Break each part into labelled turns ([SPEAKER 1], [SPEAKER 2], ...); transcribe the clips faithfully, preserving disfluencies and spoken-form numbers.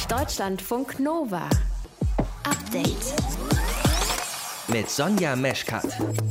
[SPEAKER 1] Deutschlandfunk Nova. Update.
[SPEAKER 2] Mit Sonja Meschkat.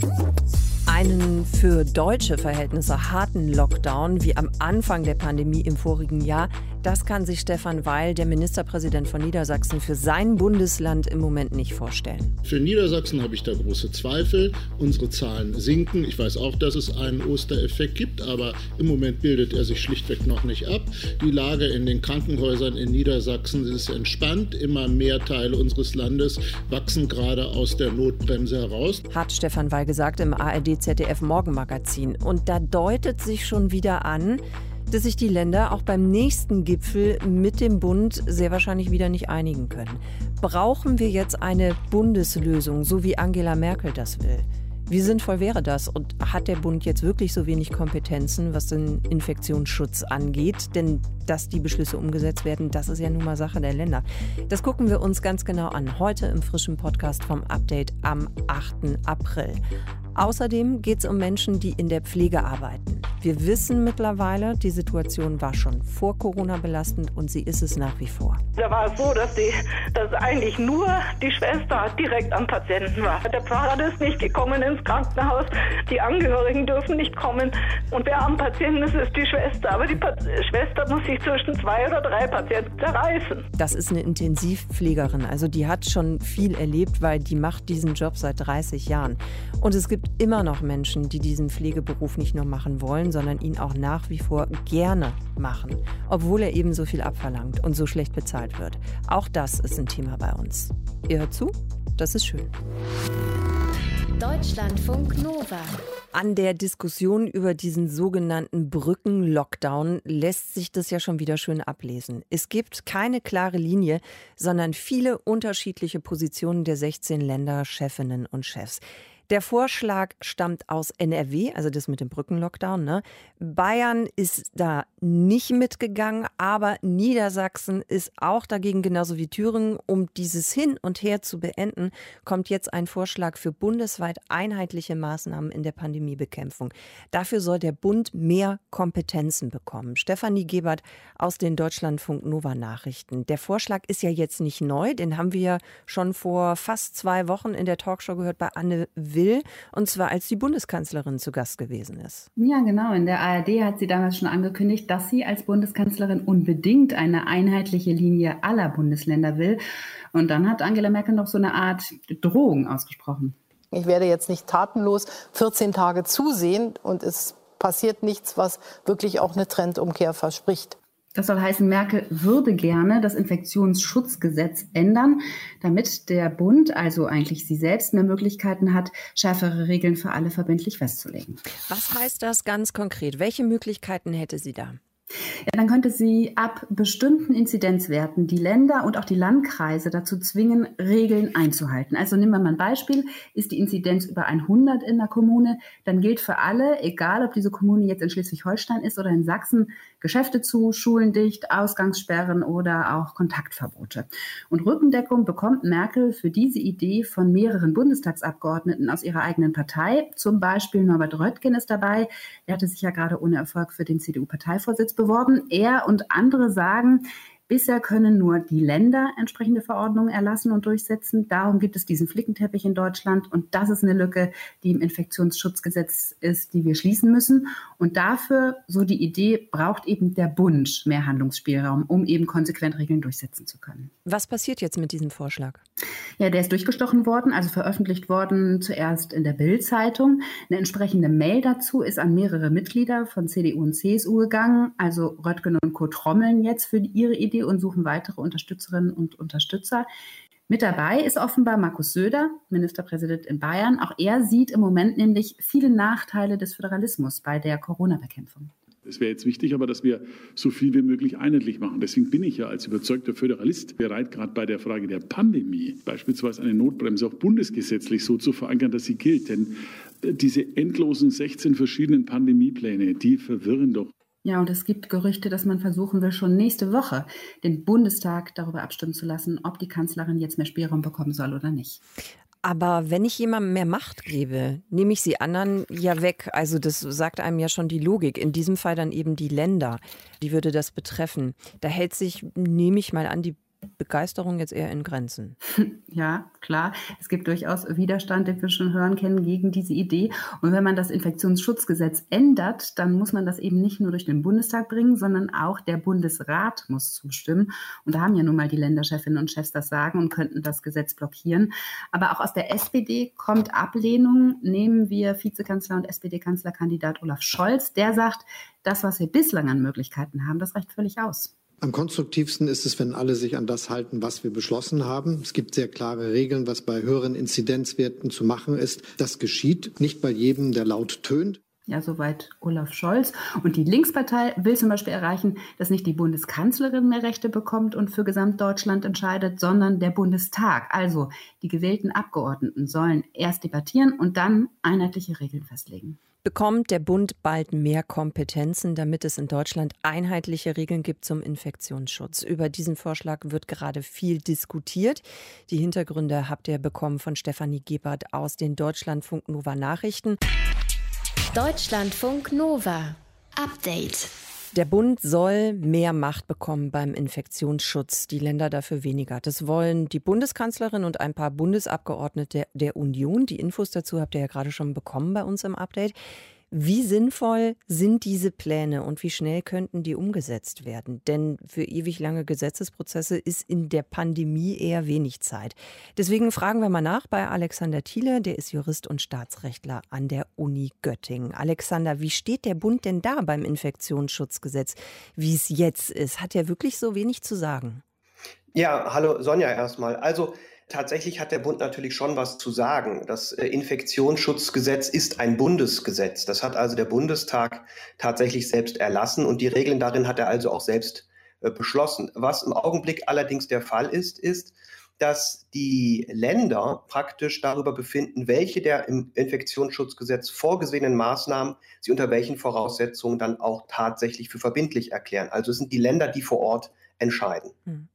[SPEAKER 3] Einen für deutsche Verhältnisse harten Lockdown wie am Anfang der Pandemie im vorigen Jahr, das kann sich Stefan Weil, der Ministerpräsident von Niedersachsen, für sein Bundesland im Moment nicht vorstellen.
[SPEAKER 4] Für Niedersachsen habe ich da große Zweifel. Unsere Zahlen sinken. Ich weiß auch, dass es einen Ostereffekt gibt, aber im Moment bildet er sich schlichtweg noch nicht ab. Die Lage in den Krankenhäusern in Niedersachsen ist entspannt. Immer mehr Teile unseres Landes wachsen gerade aus der Notbremse heraus.
[SPEAKER 3] Hat Stefan Weil gesagt im A R D Z D F Morgenmagazin. Und da deutet sich schon wieder an, dass sich die Länder auch beim nächsten Gipfel mit dem Bund sehr wahrscheinlich wieder nicht einigen können. Brauchen wir jetzt eine Bundeslösung, so wie Angela Merkel das will? Wie sinnvoll wäre das? Und hat der Bund jetzt wirklich so wenig Kompetenzen, was den Infektionsschutz angeht? Denn dass die Beschlüsse umgesetzt werden, das ist ja nun mal Sache der Länder. Das gucken wir uns ganz genau an. Heute im frischen Podcast vom Update am achten April. Außerdem geht es um Menschen, die in der Pflege arbeiten. Wir wissen mittlerweile, die Situation war schon vor Corona belastend und sie ist es nach wie vor.
[SPEAKER 5] Da war es so, dass, die, dass eigentlich nur die Schwester direkt am Patienten war. Der Pfarrer ist nicht gekommen ins Krankenhaus, die Angehörigen dürfen nicht kommen. Und wer am Patienten ist, ist die Schwester. Aber die Pat- Schwester muss sich zwischen zwei oder drei Patienten zerreißen.
[SPEAKER 3] Das ist eine Intensivpflegerin, also die hat schon viel erlebt, weil die macht diesen Job seit dreißig Jahren. Und es gibt immer noch Menschen, die diesen Pflegeberuf nicht nur machen wollen, sondern ihn auch nach wie vor gerne machen, obwohl er eben so viel abverlangt und so schlecht bezahlt wird. Auch das ist ein Thema bei uns. Ihr hört zu? Das ist schön.
[SPEAKER 1] Deutschlandfunk Nova.
[SPEAKER 3] An der Diskussion über diesen sogenannten Brücken-Lockdown lässt sich das ja schon wieder schön ablesen. Es gibt keine klare Linie, sondern viele unterschiedliche Positionen der sechzehn Länder, Chefinnen und Chefs. Der Vorschlag stammt aus N R W, also das mit dem Brückenlockdown, ne? Bayern ist da nicht mitgegangen, aber Niedersachsen ist auch dagegen, genauso wie Thüringen. Um dieses Hin und Her zu beenden, kommt jetzt ein Vorschlag für bundesweit einheitliche Maßnahmen in der Pandemiebekämpfung. Dafür soll der Bund mehr Kompetenzen bekommen. Stefanie Gebert aus den Deutschlandfunk Nova Nachrichten. Der Vorschlag ist ja jetzt nicht neu, den haben wir schon vor fast zwei Wochen in der Talkshow gehört bei Anne Will, und zwar als die Bundeskanzlerin zu Gast gewesen ist.
[SPEAKER 6] Ja, genau. In der A R D hat sie damals schon angekündigt, dass sie als Bundeskanzlerin unbedingt eine einheitliche Linie aller Bundesländer will. Und dann hat Angela Merkel noch so eine Art Drohung ausgesprochen.
[SPEAKER 7] Ich werde jetzt nicht tatenlos vierzehn Tage zusehen und es passiert nichts, was wirklich auch eine Trendumkehr verspricht.
[SPEAKER 6] Das soll heißen, Merkel würde gerne das Infektionsschutzgesetz ändern, damit der Bund, also eigentlich sie selbst, mehr Möglichkeiten hat, schärfere Regeln für alle verbindlich festzulegen.
[SPEAKER 3] Was heißt das ganz konkret? Welche Möglichkeiten hätte sie da?
[SPEAKER 6] Ja, dann könnte sie ab bestimmten Inzidenzwerten die Länder und auch die Landkreise dazu zwingen, Regeln einzuhalten. Also nehmen wir mal ein Beispiel. Ist die Inzidenz über hundert in der Kommune, dann gilt für alle, egal ob diese Kommune jetzt in Schleswig-Holstein ist oder in Sachsen, Geschäfte zu, Schulen dicht, Ausgangssperren oder auch Kontaktverbote. Und Rückendeckung bekommt Merkel für diese Idee von mehreren Bundestagsabgeordneten aus ihrer eigenen Partei. Zum Beispiel Norbert Röttgen ist dabei. Er hatte sich ja gerade ohne Erfolg für den C D U-Parteivorsitz beworben. Er und andere sagen, bisher können nur die Länder entsprechende Verordnungen erlassen und durchsetzen. Darum gibt es diesen Flickenteppich in Deutschland. Und das ist eine Lücke, die im Infektionsschutzgesetz ist, die wir schließen müssen. Und dafür, so die Idee, braucht eben der Bund mehr Handlungsspielraum, um eben konsequent Regeln durchsetzen zu können.
[SPEAKER 3] Was passiert jetzt mit diesem Vorschlag?
[SPEAKER 6] Ja, der ist durchgestochen worden, also veröffentlicht worden zuerst in der Bild-Zeitung. Eine entsprechende Mail dazu ist an mehrere Mitglieder von C D U und C S U gegangen. Also Röttgen und Co. trommeln jetzt für ihre Idee und suchen weitere Unterstützerinnen und Unterstützer. Mit dabei ist offenbar Markus Söder, Ministerpräsident in Bayern. Auch er sieht im Moment nämlich viele Nachteile des Föderalismus bei der Corona-Bekämpfung.
[SPEAKER 8] Es wäre jetzt wichtig, aber dass wir so viel wie möglich einheitlich machen. Deswegen bin ich ja als überzeugter Föderalist bereit, gerade bei der Frage der Pandemie beispielsweise eine Notbremse auch bundesgesetzlich so zu verankern, dass sie gilt. Denn diese endlosen sechzehn verschiedenen Pandemiepläne, die verwirren doch.
[SPEAKER 6] Ja, und es gibt Gerüchte, dass man versuchen will, schon nächste Woche den Bundestag darüber abstimmen zu lassen, ob die Kanzlerin jetzt mehr Spielraum bekommen soll oder nicht.
[SPEAKER 3] Aber wenn ich jemandem mehr Macht gebe, nehme ich sie anderen ja weg. Also das sagt einem ja schon die Logik. In diesem Fall dann eben die Länder. Die würde das betreffen. Da hält sich, nehme ich mal an, die Begeisterung jetzt eher in Grenzen.
[SPEAKER 6] Ja, klar. Es gibt durchaus Widerstand, den wir schon hören kennen, gegen diese Idee. Und wenn man das Infektionsschutzgesetz ändert, dann muss man das eben nicht nur durch den Bundestag bringen, sondern auch der Bundesrat muss zustimmen. Und da haben ja nun mal die Länderchefinnen und Chefs das Sagen und könnten das Gesetz blockieren. Aber auch aus der S P D kommt Ablehnung. Nehmen wir Vizekanzler und S P D-Kanzlerkandidat Olaf Scholz. Der sagt, das, was wir bislang an Möglichkeiten haben, das reicht völlig aus.
[SPEAKER 9] Am konstruktivsten ist es, wenn alle sich an das halten, was wir beschlossen haben. Es gibt sehr klare Regeln, was bei höheren Inzidenzwerten zu machen ist. Das geschieht nicht bei jedem, der laut tönt.
[SPEAKER 6] Ja, soweit Olaf Scholz. Und die Linkspartei will zum Beispiel erreichen, dass nicht die Bundeskanzlerin mehr Rechte bekommt und für Gesamtdeutschland entscheidet, sondern der Bundestag. Also die gewählten Abgeordneten sollen erst debattieren und dann einheitliche Regeln festlegen.
[SPEAKER 3] Bekommt der Bund bald mehr Kompetenzen, damit es in Deutschland einheitliche Regeln gibt zum Infektionsschutz? Über diesen Vorschlag wird gerade viel diskutiert. Die Hintergründe habt ihr bekommen von Stefanie Gebhardt aus den Deutschlandfunk Nova Nachrichten.
[SPEAKER 1] Deutschlandfunk Nova. Update.
[SPEAKER 3] Der Bund soll mehr Macht bekommen beim Infektionsschutz, die Länder dafür weniger. Das wollen die Bundeskanzlerin und ein paar Bundesabgeordnete der Union. Die Infos dazu habt ihr ja gerade schon bekommen bei uns im Update. Wie sinnvoll sind diese Pläne und wie schnell könnten die umgesetzt werden? Denn für ewig lange Gesetzesprozesse ist in der Pandemie eher wenig Zeit. Deswegen fragen wir mal nach bei Alexander Thiele, der ist Jurist und Staatsrechtler an der Uni Göttingen. Alexander, wie steht der Bund denn da beim Infektionsschutzgesetz, wie es jetzt ist? Hat er wirklich so wenig zu sagen?
[SPEAKER 10] Ja, hallo Sonja erstmal. Also tatsächlich hat der Bund natürlich schon was zu sagen. Das Infektionsschutzgesetz ist ein Bundesgesetz. Das hat also der Bundestag tatsächlich selbst erlassen und die Regeln darin hat er also auch selbst äh, beschlossen. Was im Augenblick allerdings der Fall ist, ist, dass die Länder praktisch darüber befinden, welche der im Infektionsschutzgesetz vorgesehenen Maßnahmen sie unter welchen Voraussetzungen dann auch tatsächlich für verbindlich erklären. Also es sind die Länder, die vor Ort entscheiden.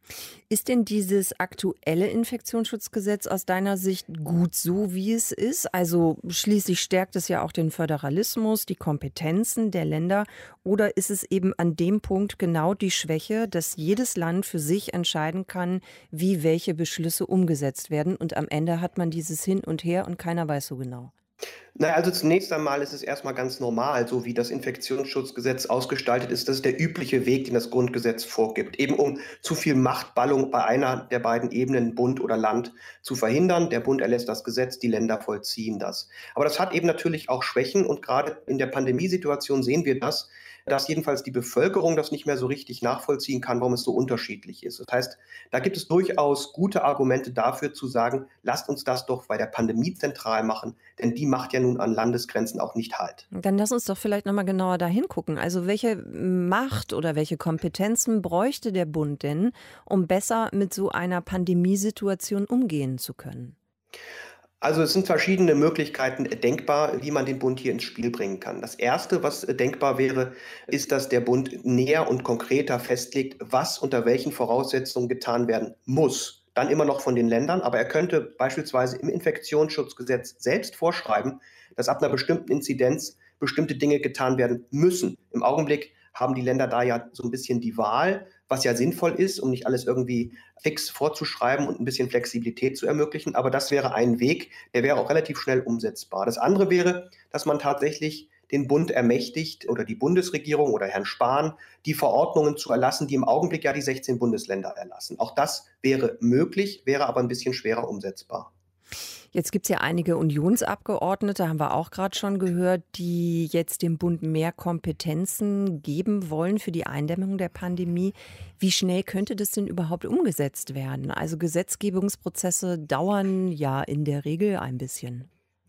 [SPEAKER 3] Ist denn dieses aktuelle Infektionsschutzgesetz aus deiner Sicht gut so, wie es ist? Also schließlich stärkt es ja auch den Föderalismus, die Kompetenzen der Länder. Oder ist es eben an dem Punkt genau die Schwäche, dass jedes Land für sich entscheiden kann, wie welche Beschlüsse umgesetzt werden? Und am Ende hat man dieses Hin und Her und keiner weiß so genau.
[SPEAKER 10] Na, also zunächst einmal ist es erstmal ganz normal, so wie das Infektionsschutzgesetz ausgestaltet ist. Das ist der übliche Weg, den das Grundgesetz vorgibt, eben um zu viel Machtballung bei einer der beiden Ebenen, Bund oder Land, zu verhindern. Der Bund erlässt das Gesetz, die Länder vollziehen das. Aber das hat eben natürlich auch Schwächen und gerade in der Pandemiesituation sehen wir das, dass jedenfalls die Bevölkerung das nicht mehr so richtig nachvollziehen kann, warum es so unterschiedlich ist. Das heißt, da gibt es durchaus gute Argumente dafür zu sagen, lasst uns das doch bei der Pandemie zentral machen, denn die macht ja nun an Landesgrenzen auch nicht Halt.
[SPEAKER 3] Dann lass uns doch vielleicht nochmal genauer da hingucken. Also welche Macht oder welche Kompetenzen bräuchte der Bund denn, um besser mit so einer Pandemiesituation umgehen zu können?
[SPEAKER 10] Also es sind verschiedene Möglichkeiten denkbar, wie man den Bund hier ins Spiel bringen kann. Das Erste, was denkbar wäre, ist, dass der Bund näher und konkreter festlegt, was unter welchen Voraussetzungen getan werden muss. Dann immer noch von den Ländern, aber er könnte beispielsweise im Infektionsschutzgesetz selbst vorschreiben, dass ab einer bestimmten Inzidenz bestimmte Dinge getan werden müssen. Im Augenblick haben die Länder da ja so ein bisschen die Wahl, was ja sinnvoll ist, um nicht alles irgendwie fix vorzuschreiben und ein bisschen Flexibilität zu ermöglichen. Aber das wäre ein Weg, der wäre auch relativ schnell umsetzbar. Das andere wäre, dass man tatsächlich den Bund ermächtigt oder die Bundesregierung oder Herrn Spahn, die Verordnungen zu erlassen, die im Augenblick ja die sechzehn Bundesländer erlassen. Auch das wäre möglich, wäre aber ein bisschen schwerer umsetzbar.
[SPEAKER 3] Jetzt gibt es ja einige Unionsabgeordnete, haben wir auch gerade schon gehört, die jetzt dem Bund mehr Kompetenzen geben wollen für die Eindämmung der Pandemie. Wie schnell könnte das denn überhaupt umgesetzt werden? Also Gesetzgebungsprozesse dauern ja in der Regel ein bisschen.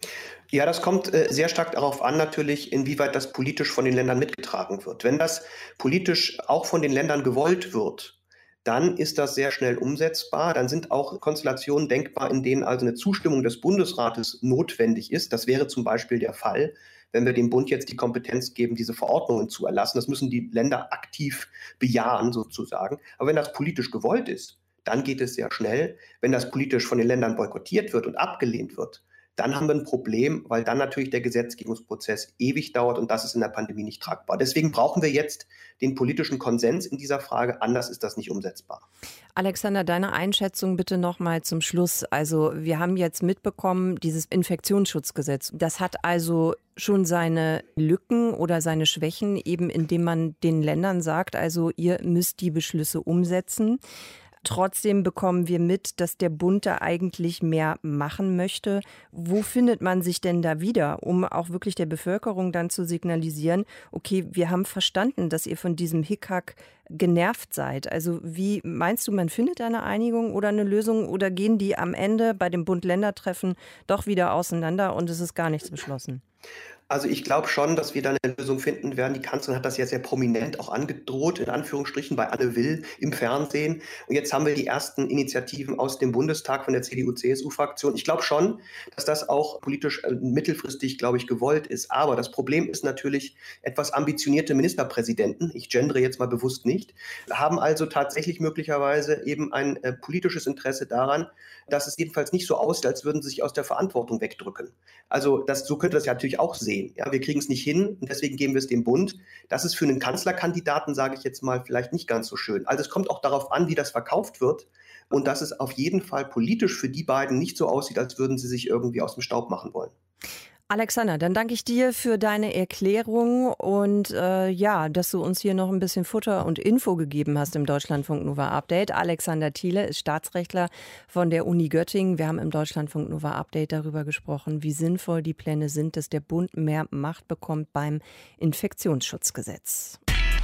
[SPEAKER 10] Ja, das kommt äh, sehr stark darauf an, natürlich, inwieweit das politisch von den Ländern mitgetragen wird. Wenn das politisch auch von den Ländern gewollt wird, dann ist das sehr schnell umsetzbar. Dann sind auch Konstellationen denkbar, in denen also eine Zustimmung des Bundesrates notwendig ist. Das wäre zum Beispiel der Fall, wenn wir dem Bund jetzt die Kompetenz geben, diese Verordnungen zu erlassen. Das müssen die Länder aktiv bejahen sozusagen. Aber wenn das politisch gewollt ist, dann geht es sehr schnell. Wenn das politisch von den Ländern boykottiert wird und abgelehnt wird, dann haben wir ein Problem, weil dann natürlich der Gesetzgebungsprozess ewig dauert und das ist in der Pandemie nicht tragbar. Deswegen brauchen wir jetzt den politischen Konsens in dieser Frage, anders ist das nicht umsetzbar.
[SPEAKER 3] Alexander, deine Einschätzung bitte noch mal zum Schluss. Also wir haben jetzt mitbekommen, dieses Infektionsschutzgesetz, das hat also schon seine Lücken oder seine Schwächen, eben indem man den Ländern sagt, also ihr müsst die Beschlüsse umsetzen. Trotzdem bekommen wir mit, dass der Bund da eigentlich mehr machen möchte. Wo findet man sich denn da wieder, um auch wirklich der Bevölkerung dann zu signalisieren, okay, wir haben verstanden, dass ihr von diesem Hickhack genervt seid. Also wie meinst du, man findet eine Einigung oder eine Lösung oder gehen die am Ende bei dem Bund-Länder-Treffen doch wieder auseinander und es ist gar nichts beschlossen?
[SPEAKER 10] Also ich glaube schon, dass wir da eine Lösung finden werden. Die Kanzlerin hat das ja sehr prominent auch angedroht, in Anführungsstrichen, bei Anne Will im Fernsehen. Und jetzt haben wir die ersten Initiativen aus dem Bundestag von der C D U-C S U-Fraktion. Ich glaube schon, dass das auch politisch äh, mittelfristig, glaube ich, gewollt ist. Aber das Problem ist natürlich, etwas ambitionierte Ministerpräsidenten, ich gendere jetzt mal bewusst nicht, haben also tatsächlich möglicherweise eben ein äh, politisches Interesse daran, dass es jedenfalls nicht so aussieht, als würden sie sich aus der Verantwortung wegdrücken. Also das, so könnte das ja natürlich auch sehen. Ja, wir kriegen es nicht hin und deswegen geben wir es dem Bund. Das ist für einen Kanzlerkandidaten, sage ich jetzt mal, vielleicht nicht ganz so schön. Also es kommt auch darauf an, wie das verkauft wird und dass es auf jeden Fall politisch für die beiden nicht so aussieht, als würden sie sich irgendwie aus dem Staub machen wollen.
[SPEAKER 3] Alexander, dann danke ich dir für deine Erklärung und äh, ja, dass du uns hier noch ein bisschen Futter und Info gegeben hast im Deutschlandfunk Nova Update. Alexander Thiele ist Staatsrechtler von der Uni Göttingen. Wir haben im Deutschlandfunk Nova Update darüber gesprochen, wie sinnvoll die Pläne sind, dass der Bund mehr Macht bekommt beim Infektionsschutzgesetz.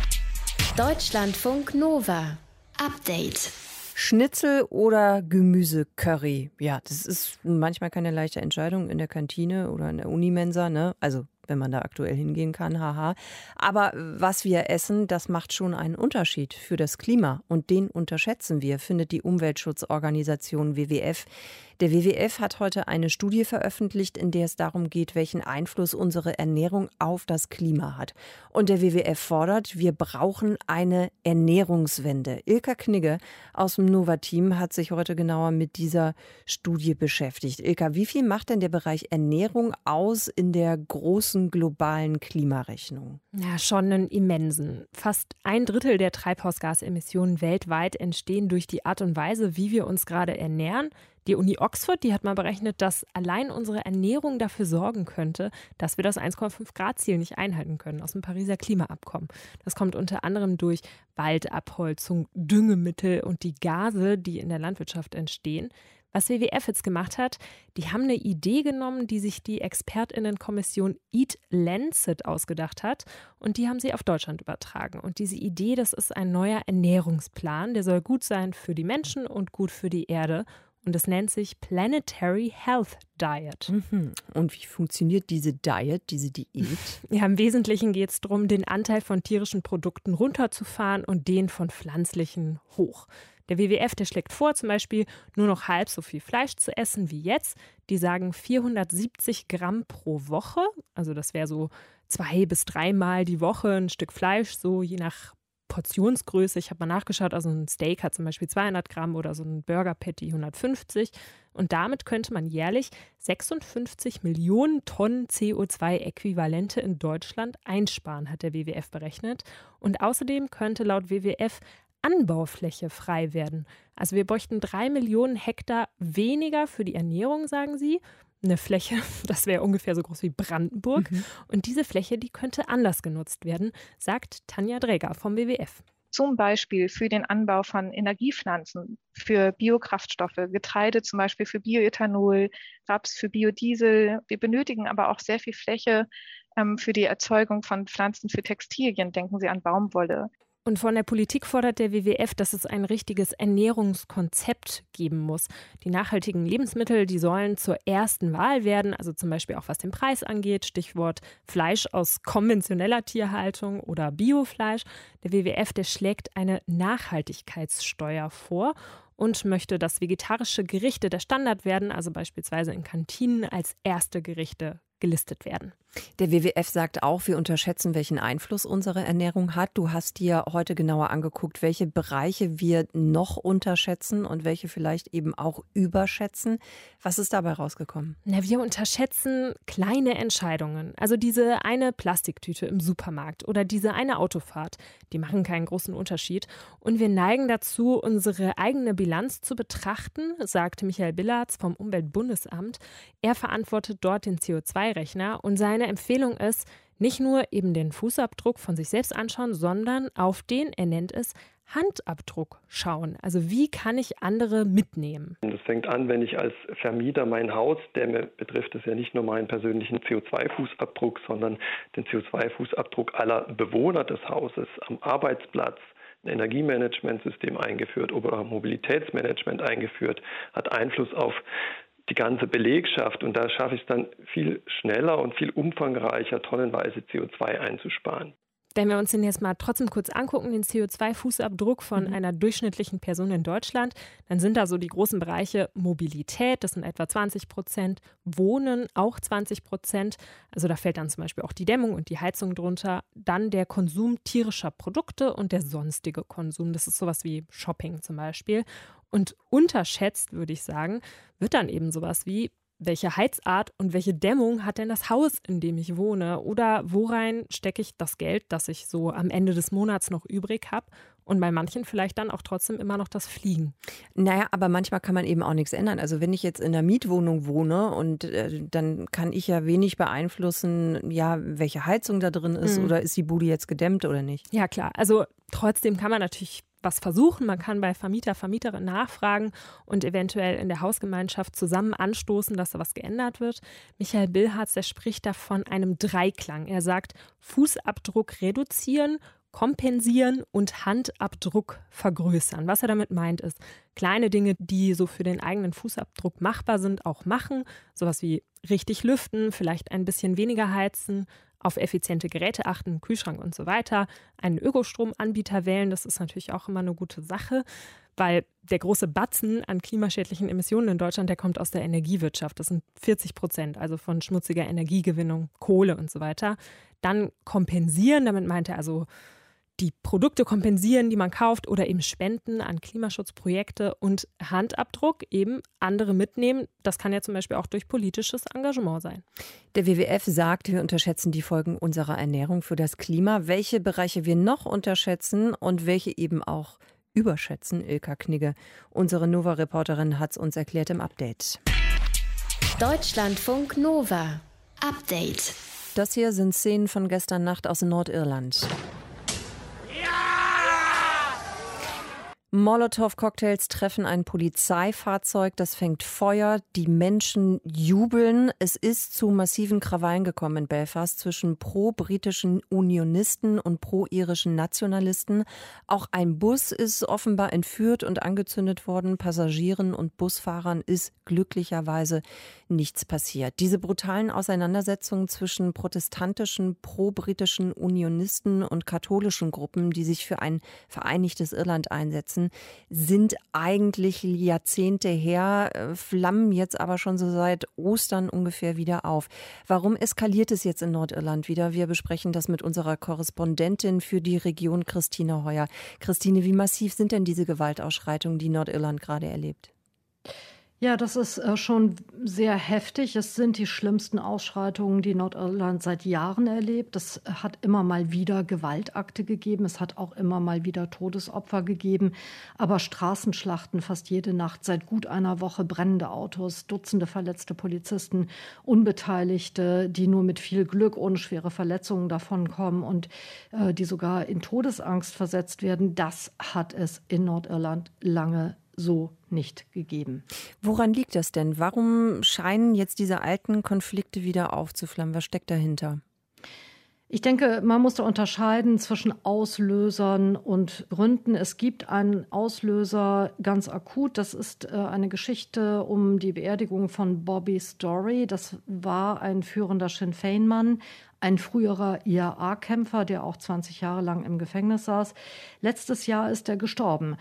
[SPEAKER 1] Deutschlandfunk Nova Update.
[SPEAKER 3] Schnitzel oder Gemüsecurry? Ja, das ist manchmal keine leichte Entscheidung in der Kantine oder in der Unimensa, ne? Also wenn man da aktuell hingehen kann, haha. Aber was wir essen, das macht schon einen Unterschied für das Klima. Und den unterschätzen wir, findet die Umweltschutzorganisation W W F. Der W W F hat heute eine Studie veröffentlicht, in der es darum geht, welchen Einfluss unsere Ernährung auf das Klima hat. Und der W W F fordert, wir brauchen eine Ernährungswende. Ilka Knigge aus dem Nova-Team hat sich heute genauer mit dieser Studie beschäftigt. Ilka, wie viel macht denn der Bereich Ernährung aus in der großen globalen Klimarechnung?
[SPEAKER 11] Ja, schon einen immensen. Fast ein Drittel der Treibhausgasemissionen weltweit entstehen durch die Art und Weise, wie wir uns gerade ernähren. Die Uni Oxford, die hat mal berechnet, dass allein unsere Ernährung dafür sorgen könnte, dass wir das eins Komma fünf Grad Ziel nicht einhalten können aus dem Pariser Klimaabkommen. Das kommt unter anderem durch Waldabholzung, Düngemittel und die Gase, die in der Landwirtschaft entstehen. Was W W F jetzt gemacht hat, die haben eine Idee genommen, die sich die ExpertInnenkommission Eat Lancet ausgedacht hat und die haben sie auf Deutschland übertragen. Und diese Idee, das ist ein neuer Ernährungsplan, der soll gut sein für die Menschen und gut für die Erde. Und es nennt sich Planetary Health Diet.
[SPEAKER 3] Mhm. Und wie funktioniert diese Diet, diese Diät?
[SPEAKER 11] Ja, im Wesentlichen geht es darum, den Anteil von tierischen Produkten runterzufahren und den von pflanzlichen hoch. Der W W F, der schlägt vor, zum Beispiel nur noch halb so viel Fleisch zu essen wie jetzt. Die sagen vierhundertsiebzig Gramm pro Woche. Also das wäre so zwei bis dreimal die Woche ein Stück Fleisch, so je nach Portionsgröße. Ich habe mal nachgeschaut, also ein Steak hat zum Beispiel zweihundert Gramm oder so ein Burger Patty hundertfünfzig. Und damit könnte man jährlich sechsundfünfzig Millionen Tonnen C O zwei Äquivalente in Deutschland einsparen, hat der W W F berechnet. Und außerdem könnte laut W W F Anbaufläche frei werden. Also wir bräuchten drei Millionen Hektar weniger für die Ernährung, sagen sie. Eine Fläche, das wäre ungefähr so groß wie Brandenburg. Mhm. Und diese Fläche, die könnte anders genutzt werden, sagt Tanja Dräger vom W W F.
[SPEAKER 12] Zum Beispiel für den Anbau von Energiepflanzen, für Biokraftstoffe, Getreide zum Beispiel für Bioethanol, Raps für Biodiesel. Wir benötigen aber auch sehr viel Fläche ähm, für die Erzeugung von Pflanzen für Textilien. Denken Sie an Baumwolle.
[SPEAKER 11] Und von der Politik fordert der W W F, dass es ein richtiges Ernährungskonzept geben muss. Die nachhaltigen Lebensmittel, die sollen zur ersten Wahl werden, also zum Beispiel auch was den Preis angeht, Stichwort Fleisch aus konventioneller Tierhaltung oder Biofleisch. Der W W F, der schlägt eine Nachhaltigkeitssteuer vor und möchte, dass vegetarische Gerichte der Standard werden, also beispielsweise in Kantinen als erste Gerichte gelistet werden.
[SPEAKER 3] Der W W F sagt auch, wir unterschätzen, welchen Einfluss unsere Ernährung hat. Du hast dir heute genauer angeguckt, welche Bereiche wir noch unterschätzen und welche vielleicht eben auch überschätzen. Was ist dabei rausgekommen?
[SPEAKER 11] Na, wir unterschätzen kleine Entscheidungen. Also diese eine Plastiktüte im Supermarkt oder diese eine Autofahrt, die machen keinen großen Unterschied. Und wir neigen dazu, unsere eigene Bilanz zu betrachten, sagt Michael Billarz vom Umweltbundesamt. Er verantwortet dort den C O zwei Rechner und seine Empfehlung ist, nicht nur eben den Fußabdruck von sich selbst anschauen, sondern auf den, er nennt es, Handabdruck schauen. Also wie kann ich andere mitnehmen?
[SPEAKER 13] Das fängt an, wenn ich als Vermieter mein Haus, der mir betrifft es ja nicht nur meinen persönlichen C O zwei Fußabdruck, sondern den C O zwei Fußabdruck aller Bewohner des Hauses am Arbeitsplatz, ein Energiemanagementsystem eingeführt oder Mobilitätsmanagement eingeführt, hat Einfluss auf die ganze Belegschaft, und da schaffe ich es dann viel schneller und viel umfangreicher, tonnenweise C O zwei einzusparen.
[SPEAKER 11] Wenn wir uns den jetzt mal trotzdem kurz angucken, den C O zwei Fußabdruck von mhm. einer durchschnittlichen Person in Deutschland, dann sind da so die großen Bereiche Mobilität, das sind etwa zwanzig Prozent, Wohnen auch zwanzig Prozent, also da fällt dann zum Beispiel auch die Dämmung und die Heizung drunter, dann der Konsum tierischer Produkte und der sonstige Konsum, das ist sowas wie Shopping zum Beispiel. Und unterschätzt, würde ich sagen, wird dann eben sowas wie, welche Heizart und welche Dämmung hat denn das Haus, in dem ich wohne? Oder worein stecke ich das Geld, das ich so am Ende des Monats noch übrig habe? Und bei manchen vielleicht dann auch trotzdem immer noch das Fliegen.
[SPEAKER 3] Naja, aber manchmal kann man eben auch nichts ändern. Also wenn ich jetzt in einer Mietwohnung wohne und äh, dann kann ich ja wenig beeinflussen, ja, welche Heizung da drin ist mhm. oder ist die Bude jetzt gedämmt oder nicht?
[SPEAKER 11] Ja klar, also trotzdem kann man natürlich was versuchen. Man kann bei Vermieter, Vermieterin nachfragen und eventuell in der Hausgemeinschaft zusammen anstoßen, dass da was geändert wird. Michael Billarz, der spricht da von einem Dreiklang. Er sagt, Fußabdruck reduzieren, kompensieren und Handabdruck vergrößern. Was er damit meint ist, kleine Dinge, die so für den eigenen Fußabdruck machbar sind, auch machen. Sowas wie richtig lüften, vielleicht ein bisschen weniger heizen, auf effiziente Geräte achten, Kühlschrank und so weiter, einen Ökostromanbieter wählen, das ist natürlich auch immer eine gute Sache, weil der große Batzen an klimaschädlichen Emissionen in Deutschland, der kommt aus der Energiewirtschaft. Das sind vierzig Prozent, also von schmutziger Energiegewinnung, Kohle und so weiter. Dann kompensieren, damit meint er also die Produkte kompensieren, die man kauft oder eben spenden an Klimaschutzprojekte und Handabdruck eben andere mitnehmen. Das kann ja zum Beispiel auch durch politisches Engagement sein.
[SPEAKER 3] Der W W F sagt, wir unterschätzen die Folgen unserer Ernährung für das Klima. Welche Bereiche wir noch unterschätzen und welche eben auch überschätzen, Ilka Knigge. Unsere Nova-Reporterin hat es uns erklärt im Update.
[SPEAKER 1] Deutschlandfunk Nova. Update.
[SPEAKER 3] Das hier sind Szenen von gestern Nacht aus Nordirland. Molotow-Cocktails treffen ein Polizeifahrzeug, das fängt Feuer, die Menschen jubeln. Es ist zu massiven Krawallen gekommen in Belfast zwischen pro-britischen Unionisten und pro-irischen Nationalisten. Auch ein Bus ist offenbar entführt und angezündet worden. Passagieren und Busfahrern ist glücklicherweise nichts passiert. Diese brutalen Auseinandersetzungen zwischen protestantischen, pro-britischen Unionisten und katholischen Gruppen, die sich für ein vereinigtes Irland einsetzen, sind eigentlich Jahrzehnte her, flammen jetzt aber schon so seit Ostern ungefähr wieder auf. Warum eskaliert es jetzt in Nordirland wieder? Wir besprechen das mit unserer Korrespondentin für die Region, Christine Heuer. Christine, wie massiv sind denn diese Gewaltausschreitungen, die Nordirland gerade erlebt?
[SPEAKER 14] Ja, das ist äh, schon sehr heftig. Es sind die schlimmsten Ausschreitungen, die Nordirland seit Jahren erlebt. Es hat immer mal wieder Gewaltakte gegeben. Es hat auch immer mal wieder Todesopfer gegeben. Aber Straßenschlachten fast jede Nacht, seit gut einer Woche brennende Autos, Dutzende verletzte Polizisten, Unbeteiligte, die nur mit viel Glück ohne schwere Verletzungen davonkommen und äh, die sogar in Todesangst versetzt werden. Das hat es in Nordirland lange so nicht gegeben.
[SPEAKER 3] Woran liegt das denn? Warum scheinen jetzt diese alten Konflikte wieder aufzuflammen? Was steckt dahinter?
[SPEAKER 14] Ich denke, man muss da unterscheiden zwischen Auslösern und Gründen. Es gibt einen Auslöser ganz akut. Das ist äh, eine Geschichte um die Beerdigung von Bobby Storey. Das war ein führender Sinn Féin-Mann, ein früherer I A A-Kämpfer, der auch zwanzig Jahre lang im Gefängnis saß. Letztes Jahr ist er gestorben.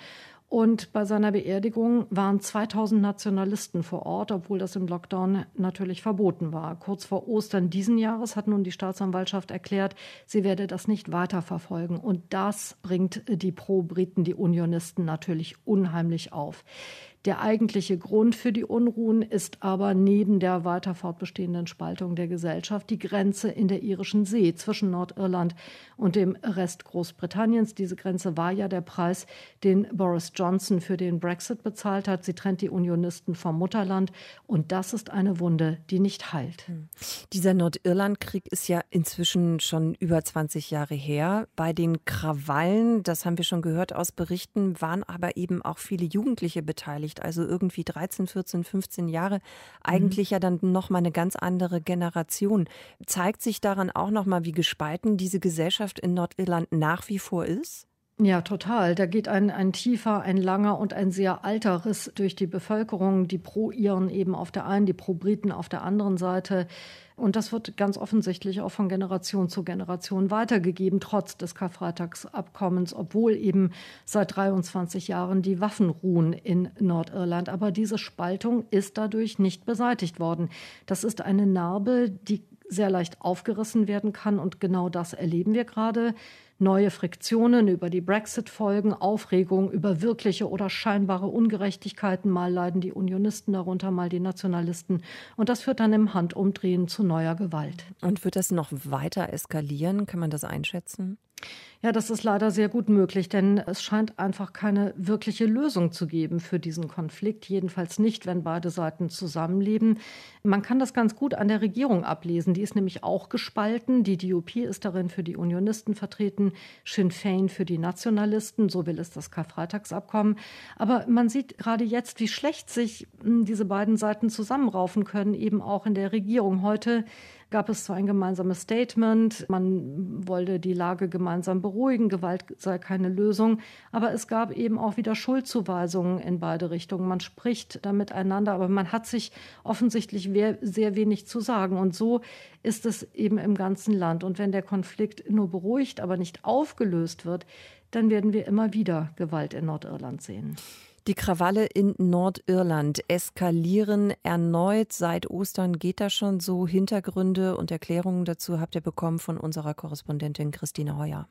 [SPEAKER 14] Und bei seiner Beerdigung waren zweitausend Nationalisten vor Ort, obwohl das im Lockdown natürlich verboten war. Kurz vor Ostern diesen Jahres hat nun die Staatsanwaltschaft erklärt, sie werde das nicht weiterverfolgen. Und das bringt die Pro-Briten, die Unionisten, natürlich unheimlich auf. Der eigentliche Grund für die Unruhen ist aber neben der weiter fortbestehenden Spaltung der Gesellschaft die Grenze in der Irischen See zwischen Nordirland und dem Rest Großbritanniens. Diese Grenze war ja der Preis, den Boris Johnson für den Brexit bezahlt hat. Sie trennt die Unionisten vom Mutterland und das ist eine Wunde, die nicht heilt.
[SPEAKER 3] Dieser Nordirlandkrieg ist ja inzwischen schon über zwanzig Jahre her. Bei den Krawallen, das haben wir schon gehört aus Berichten, waren aber eben auch viele Jugendliche beteiligt. Also irgendwie dreizehn, vierzehn, fünfzehn Jahre, eigentlich mhm. ja dann nochmal eine ganz andere Generation. Zeigt sich daran auch nochmal, wie gespalten diese Gesellschaft in Nordirland nach wie vor ist?
[SPEAKER 14] Ja, total. Da geht ein, ein tiefer, ein langer und ein sehr alter Riss durch die Bevölkerung, die Pro-Iren eben auf der einen, die Pro-Briten auf der anderen Seite. Und das wird ganz offensichtlich auch von Generation zu Generation weitergegeben, trotz des Karfreitagsabkommens, obwohl eben seit dreiundzwanzig Jahren die Waffen ruhen in Nordirland. Aber diese Spaltung ist dadurch nicht beseitigt worden. Das ist eine Narbe, die sehr leicht aufgerissen werden kann. Und genau das erleben wir gerade. Neue Friktionen über die Brexit-Folgen, Aufregung über wirkliche oder scheinbare Ungerechtigkeiten. Mal leiden die Unionisten darunter, mal die Nationalisten. Und das führt dann im Handumdrehen zu neuer Gewalt.
[SPEAKER 3] Und wird das noch weiter eskalieren? Kann man das einschätzen?
[SPEAKER 14] Ja, das ist leider sehr gut möglich, denn es scheint einfach keine wirkliche Lösung zu geben für diesen Konflikt. Jedenfalls nicht, wenn beide Seiten zusammenleben. Man kann das ganz gut an der Regierung ablesen. Die ist nämlich auch gespalten. Die D U P ist darin für die Unionisten vertreten, Sinn Féin für die Nationalisten. So will es das Karfreitagsabkommen. Aber man sieht gerade jetzt, wie schlecht sich diese beiden Seiten zusammenraufen können, eben auch in der Regierung. Heute gab es zwar ein gemeinsames Statement, man wollte die Lage gemeinsam beruhigen, Gewalt sei keine Lösung, aber es gab eben auch wieder Schuldzuweisungen in beide Richtungen. Man spricht da miteinander, aber man hat sich offensichtlich sehr wenig zu sagen. Und so ist es eben im ganzen Land. Und wenn der Konflikt nur beruhigt, aber nicht aufgelöst wird, dann werden wir immer wieder Gewalt in Nordirland sehen.
[SPEAKER 3] Die Krawalle in Nordirland eskalieren erneut seit Ostern. Geht das schon so? Hintergründe und Erklärungen dazu habt ihr bekommen von unserer Korrespondentin Christine Heuer.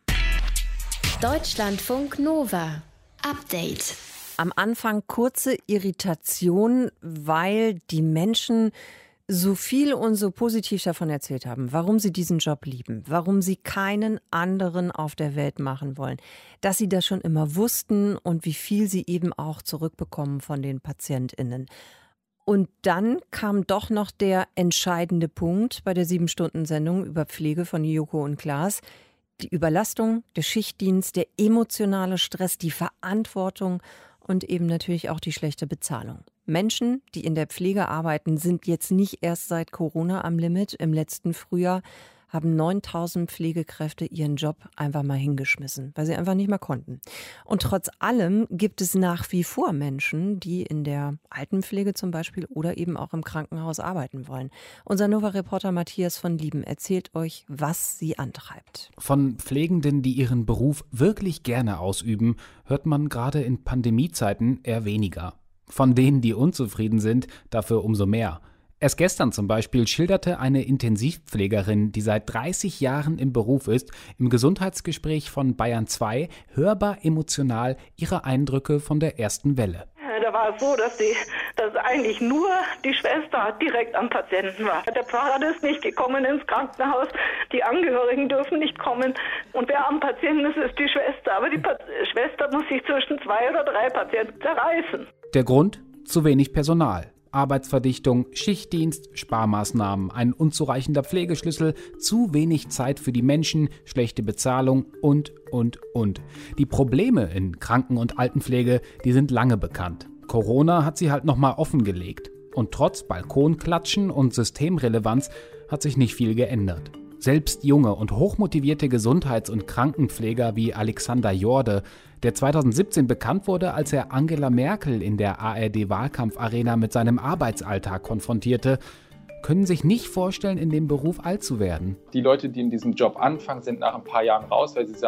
[SPEAKER 1] Deutschlandfunk Nova. Update.
[SPEAKER 3] Am Anfang kurze Irritation, weil die Menschen so viel und so positiv davon erzählt haben, warum sie diesen Job lieben, warum sie keinen anderen auf der Welt machen wollen, dass sie das schon immer wussten und wie viel sie eben auch zurückbekommen von den PatientInnen. Und dann kam doch noch der entscheidende Punkt bei der sieben-Stunden-Sendung über Pflege von Joko und Klaas. Die Überlastung, der Schichtdienst, der emotionale Stress, die Verantwortung und eben natürlich auch die schlechte Bezahlung. Menschen, die in der Pflege arbeiten, sind jetzt nicht erst seit Corona am Limit. Im letzten Frühjahr haben neuntausend Pflegekräfte ihren Job einfach mal hingeschmissen, weil sie einfach nicht mehr konnten. Und trotz allem gibt es nach wie vor Menschen, die in der Altenpflege zum Beispiel oder eben auch im Krankenhaus arbeiten wollen. Unser Nova-Reporter Matthias von Lieben erzählt euch, was sie antreibt.
[SPEAKER 15] Von Pflegenden, die ihren Beruf wirklich gerne ausüben, hört man gerade in Pandemiezeiten eher weniger. Von denen, die unzufrieden sind, dafür umso mehr. Erst gestern zum Beispiel schilderte eine Intensivpflegerin, die seit dreißig Jahren im Beruf ist, im Gesundheitsgespräch von Bayern zwei hörbar emotional ihre Eindrücke von der ersten Welle.
[SPEAKER 5] Da war es so, dass, die, dass eigentlich nur die Schwester direkt am Patienten war. Der Pfarrer ist nicht gekommen ins Krankenhaus, die Angehörigen dürfen nicht kommen und wer am Patienten ist, ist die Schwester. Aber die pa- Schwester muss sich zwischen zwei oder drei Patienten zerreißen.
[SPEAKER 15] Der Grund? Zu wenig Personal. Arbeitsverdichtung, Schichtdienst, Sparmaßnahmen, ein unzureichender Pflegeschlüssel, zu wenig Zeit für die Menschen, schlechte Bezahlung und, und, und. Die Probleme in Kranken- und Altenpflege, die sind lange bekannt. Corona hat sie halt nochmal offengelegt. Und trotz Balkonklatschen und Systemrelevanz hat sich nicht viel geändert. Selbst junge und hochmotivierte Gesundheits- und Krankenpfleger wie Alexander Jorde, der zweitausendsiebzehn bekannt wurde, als er Angela Merkel in der A R D-Wahlkampfarena mit seinem Arbeitsalltag konfrontierte, können sich nicht vorstellen, in dem Beruf alt zu werden.
[SPEAKER 16] Die Leute, die in diesem Job anfangen, sind nach ein paar Jahren raus, weil sie sagen,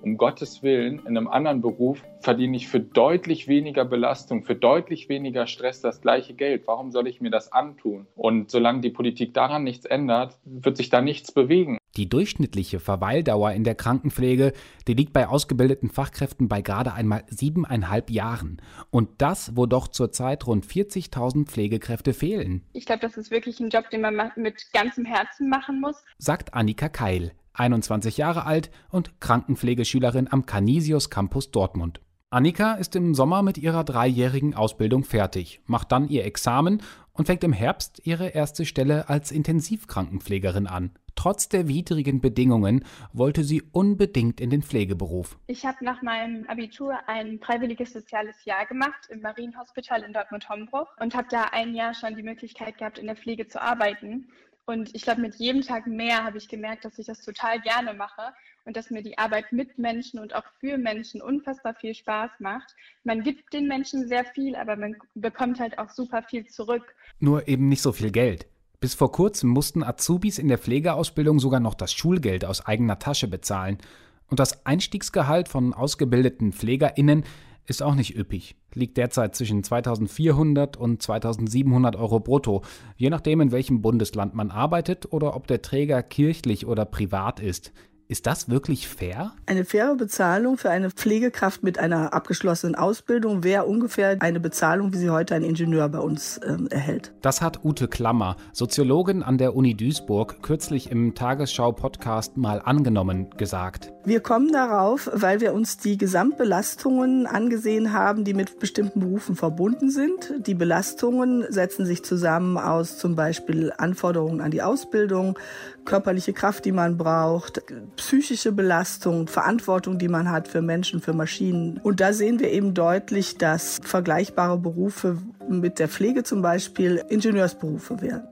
[SPEAKER 16] um Gottes Willen, in einem anderen Beruf verdiene ich für deutlich weniger Belastung, für deutlich weniger Stress das gleiche Geld. Warum soll ich mir das antun? Und solange die Politik daran nichts ändert, wird sich da nichts bewegen.
[SPEAKER 15] Die durchschnittliche Verweildauer in der Krankenpflege, die liegt bei ausgebildeten Fachkräften bei gerade einmal siebeneinhalb Jahren. Und das, wo doch zurzeit rund vierzigtausend Pflegekräfte fehlen.
[SPEAKER 17] Ich glaube, das ist wirklich ein Job, den man mit ganzem Herzen machen muss.
[SPEAKER 15] Sagt Annika Keil, einundzwanzig Jahre alt und Krankenpflegeschülerin am Canisius Campus Dortmund. Annika ist im Sommer mit ihrer dreijährigen Ausbildung fertig, macht dann ihr Examen und fängt im Herbst ihre erste Stelle als Intensivkrankenpflegerin an. Trotz der widrigen Bedingungen wollte sie unbedingt in den Pflegeberuf.
[SPEAKER 17] Ich habe nach meinem Abitur ein freiwilliges soziales Jahr gemacht im Marienhospital in Dortmund-Hombruch und habe da ein Jahr schon die Möglichkeit gehabt, in der Pflege zu arbeiten. Und ich glaube, mit jedem Tag mehr habe ich gemerkt, dass ich das total gerne mache und dass mir die Arbeit mit Menschen und auch für Menschen unfassbar viel Spaß macht. Man gibt den Menschen sehr viel, aber man bekommt halt auch super viel zurück.
[SPEAKER 15] Nur eben nicht so viel Geld. Bis vor kurzem mussten Azubis in der Pflegeausbildung sogar noch das Schulgeld aus eigener Tasche bezahlen. Und das Einstiegsgehalt von ausgebildeten PflegerInnen ist auch nicht üppig. Liegt derzeit zwischen zweitausendvierhundert und zweitausendsiebenhundert Euro brutto, je nachdem, in welchem Bundesland man arbeitet oder ob der Träger kirchlich oder privat ist. Ist das wirklich fair?
[SPEAKER 18] Eine faire Bezahlung für eine Pflegekraft mit einer abgeschlossenen Ausbildung wäre ungefähr eine Bezahlung, wie sie heute ein Ingenieur bei uns ähm, erhält.
[SPEAKER 15] Das hat Ute Klammer, Soziologin an der Uni Duisburg, kürzlich im Tagesschau-Podcast mal angenommen, gesagt.
[SPEAKER 18] Wir kommen darauf, weil wir uns die Gesamtbelastungen angesehen haben, die mit bestimmten Berufen verbunden sind. Die Belastungen setzen sich zusammen aus zum Beispiel Anforderungen an die Ausbildung, körperliche Kraft, die man braucht, psychische Belastung, Verantwortung, die man hat für Menschen, für Maschinen. Und da sehen wir eben deutlich, dass vergleichbare Berufe mit der Pflege zum Beispiel Ingenieursberufe wären.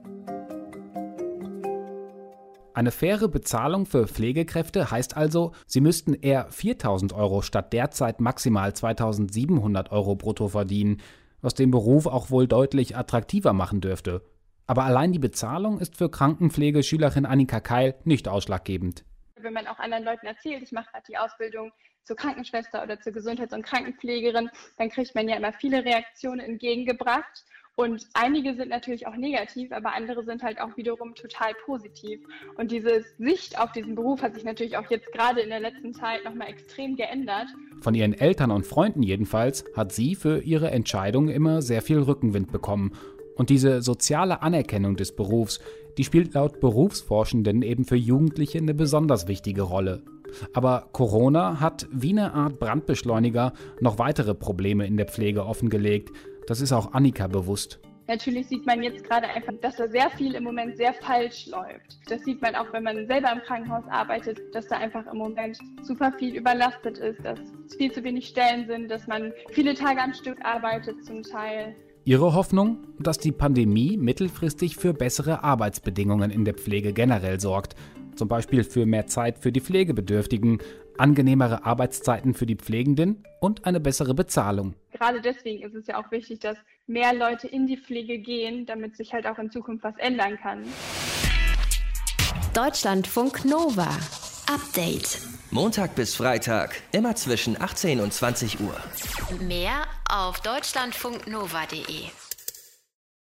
[SPEAKER 15] Eine faire Bezahlung für Pflegekräfte heißt also, sie müssten eher viertausend Euro statt derzeit maximal zweitausendsiebenhundert Euro brutto verdienen, was den Beruf auch wohl deutlich attraktiver machen dürfte. Aber allein die Bezahlung ist für Krankenpflegeschülerin Annika Keil nicht ausschlaggebend.
[SPEAKER 17] Wenn man auch anderen Leuten erzählt, ich mache gerade die Ausbildung zur Krankenschwester oder zur Gesundheits- und Krankenpflegerin, dann kriegt man ja immer viele Reaktionen entgegengebracht. Und einige sind natürlich auch negativ, aber andere sind halt auch wiederum total positiv. Und diese Sicht auf diesen Beruf hat sich natürlich auch jetzt gerade in der letzten Zeit nochmal extrem geändert.
[SPEAKER 15] Von ihren Eltern und Freunden jedenfalls hat sie für ihre Entscheidung immer sehr viel Rückenwind bekommen. Und diese soziale Anerkennung des Berufs, die spielt laut Berufsforschenden eben für Jugendliche eine besonders wichtige Rolle. Aber Corona hat wie eine Art Brandbeschleuniger noch weitere Probleme in der Pflege offengelegt. Das ist auch Annika bewusst.
[SPEAKER 17] Natürlich sieht man jetzt gerade einfach, dass da sehr viel im Moment sehr falsch läuft. Das sieht man auch, wenn man selber im Krankenhaus arbeitet, dass da einfach im Moment super viel überlastet ist, dass viel zu wenig Stellen sind, dass man viele Tage am Stück arbeitet zum Teil.
[SPEAKER 15] Ihre Hoffnung, dass die Pandemie mittelfristig für bessere Arbeitsbedingungen in der Pflege generell sorgt. Zum Beispiel für mehr Zeit für die Pflegebedürftigen, angenehmere Arbeitszeiten für die Pflegenden und eine bessere Bezahlung.
[SPEAKER 17] Gerade deswegen ist es ja auch wichtig, dass mehr Leute in die Pflege gehen, damit sich halt auch in Zukunft was ändern kann.
[SPEAKER 1] Deutschlandfunk Nova. Update.
[SPEAKER 2] Montag bis Freitag, immer zwischen achtzehn und zwanzig Uhr.
[SPEAKER 1] Mehr auf deutschlandfunknova punkt de.